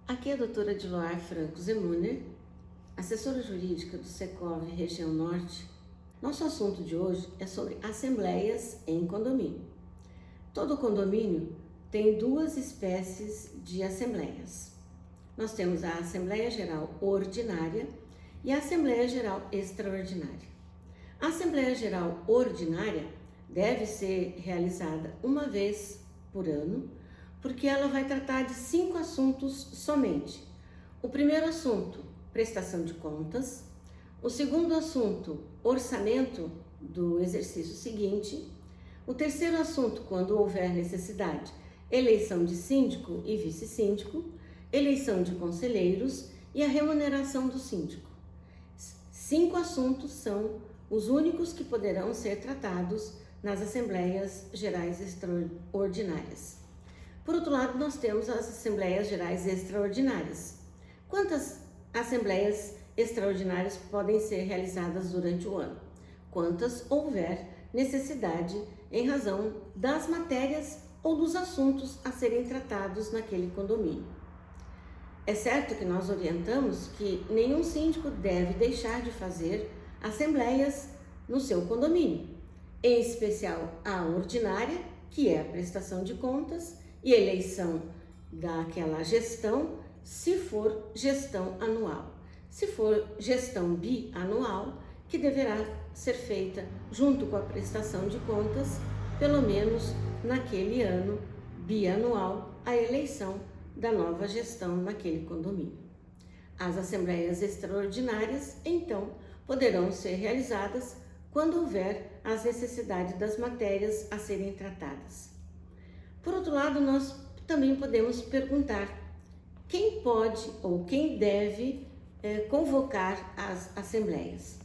Aqui é a doutora Diloar Franco Zemuner, assessora jurídica do Secov Região Norte. Nosso assunto de hoje é sobre assembleias em condomínio. Todo condomínio tem duas espécies de assembleias. Nós temos a Assembleia Geral Ordinária e a Assembleia Geral Extraordinária. A Assembleia Geral Ordinária deve ser realizada uma vez por ano, porque ela vai tratar de 5 assuntos somente. O primeiro assunto, prestação de contas. O segundo assunto, orçamento do exercício seguinte. O terceiro assunto, quando houver necessidade, eleição de síndico e vice-síndico, eleição de conselheiros e a remuneração do síndico. 5 assuntos são os únicos que poderão ser tratados nas Assembleias Gerais Extraordinárias. Por outro lado, nós temos as Assembleias Gerais Extraordinárias. Quantas Assembleias Extraordinárias podem ser realizadas durante o ano? Quantas houver necessidade em razão das matérias ou dos assuntos a serem tratados naquele condomínio. É certo que nós orientamos que nenhum síndico deve deixar de fazer assembleias no seu condomínio, em especial a ordinária, que é a prestação de contas, e eleição daquela gestão, se for gestão anual. Se for gestão bianual, que deverá ser feita junto com a prestação de contas, pelo menos naquele ano bianual, a eleição da nova gestão naquele condomínio. As assembleias extraordinárias, então, poderão ser realizadas quando houver as necessidades das matérias a serem tratadas. Por outro lado, nós também podemos perguntar quem pode ou quem deve convocar as assembleias.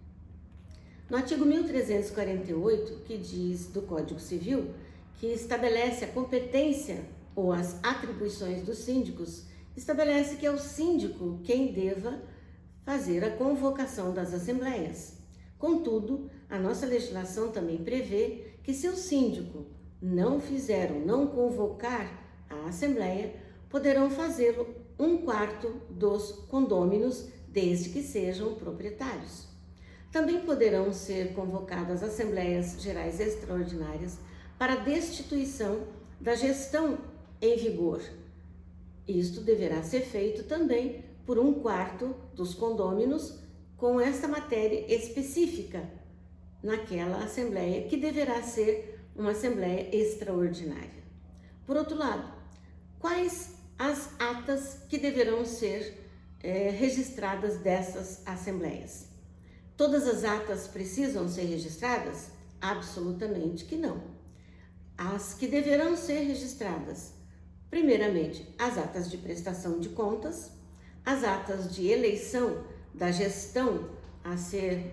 No artigo 1348, que diz do Código Civil, que estabelece a competência ou as atribuições dos síndicos, estabelece que é o síndico quem deva fazer a convocação das assembleias. Contudo, a nossa legislação também prevê que se o síndico não fizer ou não convocar a assembleia, poderão fazê-lo 1/4 dos condôminos, desde que sejam proprietários. Também poderão ser convocadas assembleias gerais extraordinárias para destituição da gestão em vigor. Isto deverá ser feito também por 1/4 dos condôminos com esta matéria específica naquela assembleia, que deverá ser uma assembleia extraordinária. Por outro lado, quais as atas que deverão ser registradas dessas assembleias? Todas as atas precisam ser registradas? Absolutamente que não. As que deverão ser registradas, primeiramente, as atas de prestação de contas, as atas de eleição da gestão a ser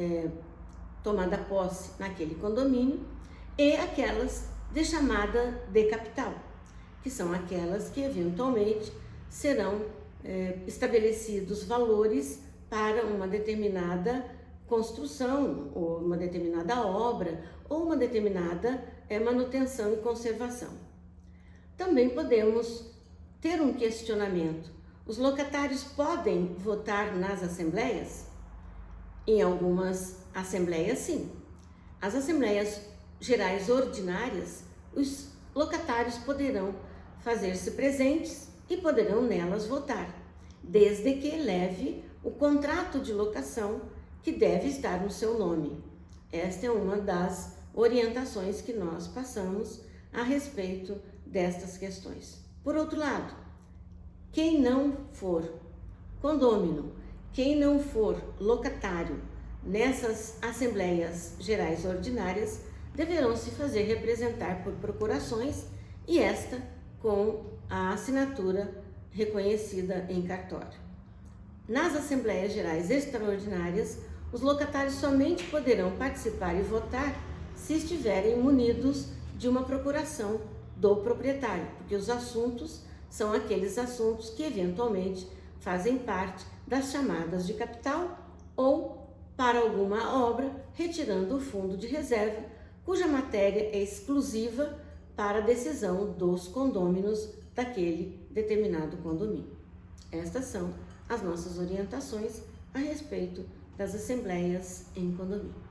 tomada posse naquele condomínio, e aquelas de chamada de capital, que são aquelas que eventualmente serão estabelecidos valores para uma determinada construção, ou uma determinada obra, ou uma determinada manutenção e conservação. Também podemos ter um questionamento. Os locatários podem votar nas assembleias? Em algumas assembleias, sim. As assembleias gerais ordinárias, os locatários poderão fazer-se presentes e poderão nelas votar, desde que leve o contrato de locação que deve estar no seu nome. Esta é uma das orientações que nós passamos a respeito destas questões. Por outro lado, quem não for condômino, quem não for locatário nessas assembleias gerais ordinárias, deverão se fazer representar por procurações, e esta com a assinatura reconhecida em cartório. Nas Assembleias Gerais Extraordinárias, os locatários somente poderão participar e votar se estiverem munidos de uma procuração do proprietário, porque os assuntos são aqueles assuntos que eventualmente fazem parte das chamadas de capital ou para alguma obra, retirando o fundo de reserva, cuja matéria é exclusiva para a decisão dos condôminos daquele determinado condomínio. Estas são as nossas orientações a respeito das assembleias em condomínio.